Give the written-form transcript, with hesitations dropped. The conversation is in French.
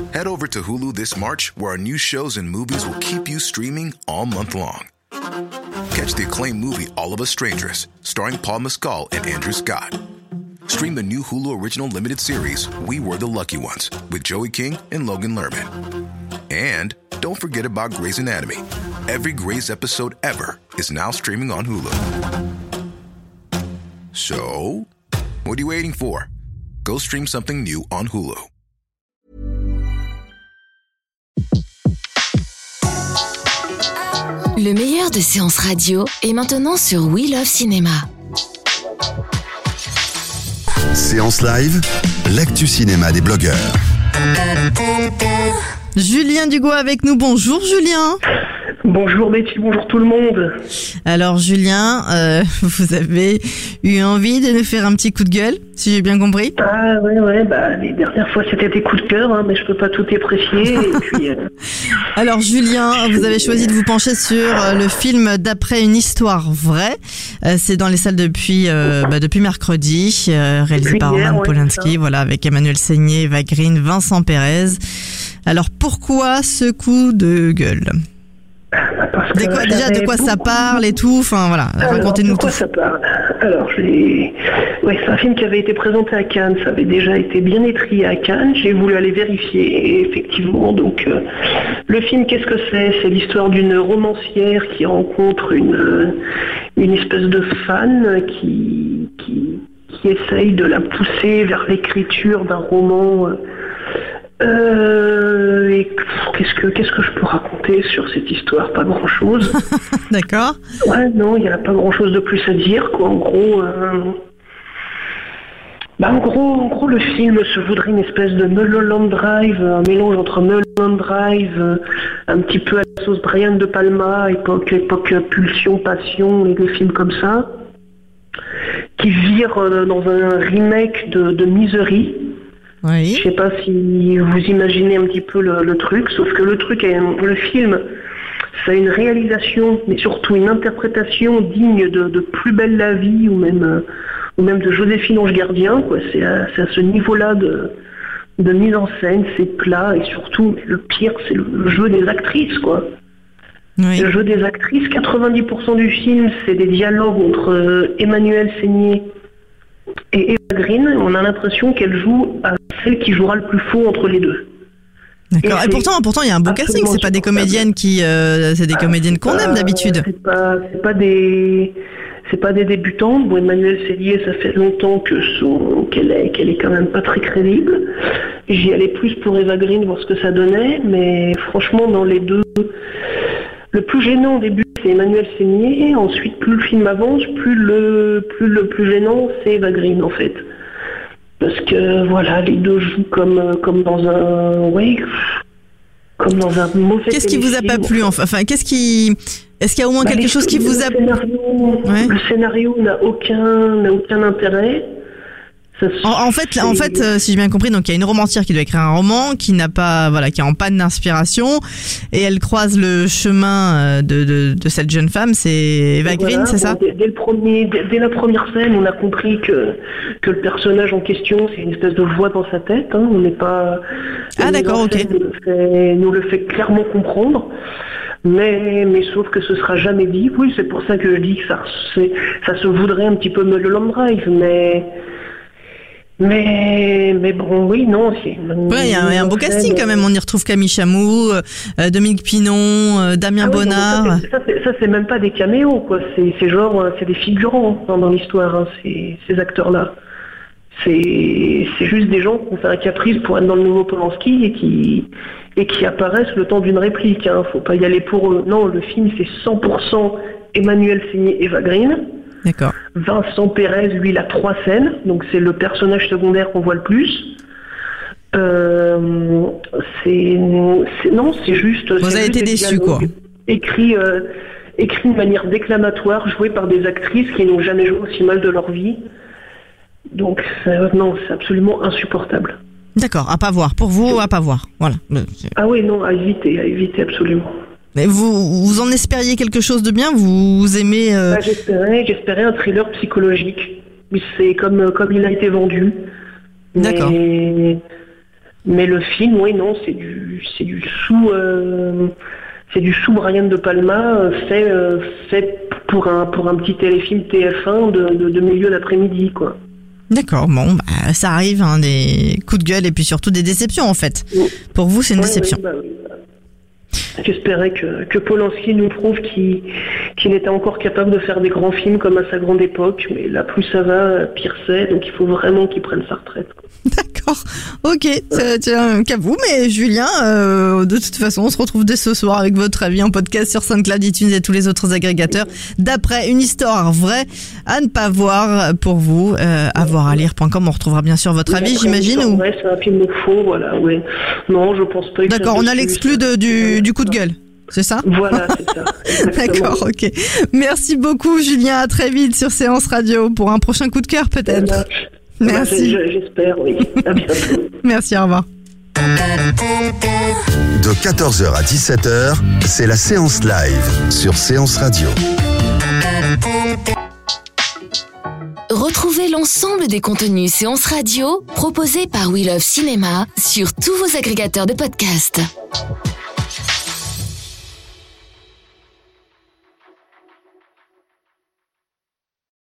Head over to Hulu this March, where our new shows and movies will keep you streaming all month long. Catch the acclaimed movie All of Us Strangers, starring Paul Mescal and Andrew Scott. Stream the new Hulu original limited series We Were the Lucky Ones with Joey King and Logan Lerman. And don't forget about Grey's Anatomy. Every Grey's episode ever is now streaming on Hulu. So, what are you waiting for? Go stream something new on Hulu. Le meilleur de séances radio est maintenant sur We Love Cinéma. Séance live, l'actu cinéma des blogueurs. Julien Dugo avec nous. Bonjour Julien. Bonjour Betty, bonjour tout le monde. Alors Julien, vous avez eu envie de nous faire un petit coup de gueule, si j'ai bien compris. Ah ouais, les dernières fois c'était des coups de cœur, mais je peux pas tout apprécier. Et puis, Alors Julien, vous avez choisi de vous pencher sur le film d'après une histoire vraie. C'est dans les salles depuis mercredi, réalisé par Roman Polanski, voilà, avec Emmanuel Seigné, Eva Green, Vincent Perez. Alors pourquoi ce coup de gueule ? De quoi ça parle et tout, enfin voilà, racontez-nous tout. De quoi ça parle ? Alors, c'est un film qui avait été présenté à Cannes, ça avait déjà été bien étrié à Cannes, j'ai voulu aller vérifier, et effectivement, donc, le film, qu'est-ce que c'est ? C'est l'histoire d'une romancière qui rencontre une espèce de fan qui essaye de la pousser vers l'écriture d'un roman. Et qu'est-ce que je peux raconter sur cette histoire ? Pas grand-chose. D'accord. Ouais, non, il n'y a pas grand-chose de plus à dire, quoi. En gros, le film se voudrait une espèce de Mulholland Drive, un mélange entre Mulholland Drive, un petit peu à la sauce Brian De Palma, époque Pulsion, Passion, et des films comme ça, qui vire dans un remake de Misery. Oui. Je sais pas si vous imaginez un petit peu le truc, sauf que le film, ça a une réalisation, mais surtout une interprétation digne de Plus belle la vie, ou même de Joséphine Ange Gardien, quoi. C'est à ce niveau-là de mise en scène, c'est plat, et surtout, le pire, c'est le jeu des actrices, quoi. Oui. Le jeu des actrices, 90% du film, c'est des dialogues entre Emmanuel Seigné et Eva Green. On a l'impression qu'elle joue à celle qui jouera le plus faux entre les deux. D'accord. Et pourtant, il y a un beau casting. C'est pas des comédiennes c'est des comédiennes qu'on aime d'habitude. C'est pas des débutantes. Bon, Emmanuel Seigné, ça fait longtemps qu'elle est quand même pas très crédible. J'y allais plus pour Eva Green, voir ce que ça donnait, mais franchement, dans les deux, le plus gênant au début, c'est Emmanuel Seigné. Ensuite, plus le film avance, plus le plus gênant, c'est Eva Green, en fait. Parce que, voilà, les deux jouent comme dans un mauvais Qu'est-ce qui vous a pas plu, enfin, est-ce qu'il y a au moins quelque chose qui vous a plu ? Le scénario n'a aucun intérêt. En fait, si j'ai bien compris, donc il y a une romancière qui doit écrire un roman, qui est en panne d'inspiration, et elle croise le chemin de cette jeune femme, c'est Eva Green, c'est ça ? Dès la première scène, on a compris que le personnage en question, c'est une espèce de voix dans sa tête. Hein, on n'est pas. Ah d'accord, ok. Nous le fait clairement comprendre. Mais sauf que ce sera jamais dit. Oui, c'est pour ça que je dis que ça se voudrait un petit peu Mulholland Drive, mais bon, oui, non, c'est... Ouais, il y a un beau casting quand même. On y retrouve Camille Chamou, Dominique Pinon, Damien Bonnard. Ça, c'est même pas des caméos, quoi. C'est genre, c'est des figurants dans l'histoire, hein, ces acteurs-là. C'est juste des gens qui ont fait un caprice pour être dans le nouveau Polanski et qui apparaissent le temps d'une réplique. Hein. Faut pas y aller pour eux. Non, le film, c'est 100% Emmanuel Seigné, Eva Green. D'accord. Vincent Perez, lui, il a 3 scènes, donc c'est le personnage secondaire qu'on voit le plus. C'est juste... Vous avez été déçus, quoi. Écrit de manière déclamatoire, joué par des actrices qui n'ont jamais joué aussi mal de leur vie. Donc, non, c'est absolument insupportable. D'accord, à pas voir. Pour vous, à pas voir. Voilà. Ah oui, non, à éviter absolument. Mais vous en espériez quelque chose de bien ? Vous aimez... J'espérais un thriller psychologique. C'est comme il a été vendu. D'accord. Mais le film, oui, non, c'est du sous Brian De Palma fait pour un petit téléfilm TF1 de milieu d'après-midi, quoi. D'accord, bon, ça arrive, hein, des coups de gueule et puis surtout des déceptions en fait. Pour vous, c'est une déception. Oui. J'espérais que Polanski nous prouve qu'il était encore capable de faire des grands films comme à sa grande époque, mais là plus ça va, pire c'est, donc il faut vraiment qu'il prenne sa retraite. D'accord, ok, tiens, qu'à vous, mais Julien, de toute façon, on se retrouve dès ce soir avec votre avis en podcast sur SoundCloud, iTunes et tous les autres agrégateurs. D'après une histoire vraie à ne pas voir pour vous, à voir à lire.com, on retrouvera bien sûr votre avis, j'imagine. Ou... Ouais, c'est un film faux, voilà, ouais. Non, je pense pas. D'accord, on a l'exclu du coup de gueule. C'est ça ? Voilà, c'est ça. D'accord, ok. Merci beaucoup, Julien. À très vite sur Séance Radio pour un prochain coup de cœur, peut-être. Merci. J'espère, oui. À bientôt. Merci, au revoir. De 14h à 17h, c'est la séance live sur Séance Radio. Retrouvez l'ensemble des contenus Séance Radio proposés par We Love Cinéma sur tous vos agrégateurs de podcasts.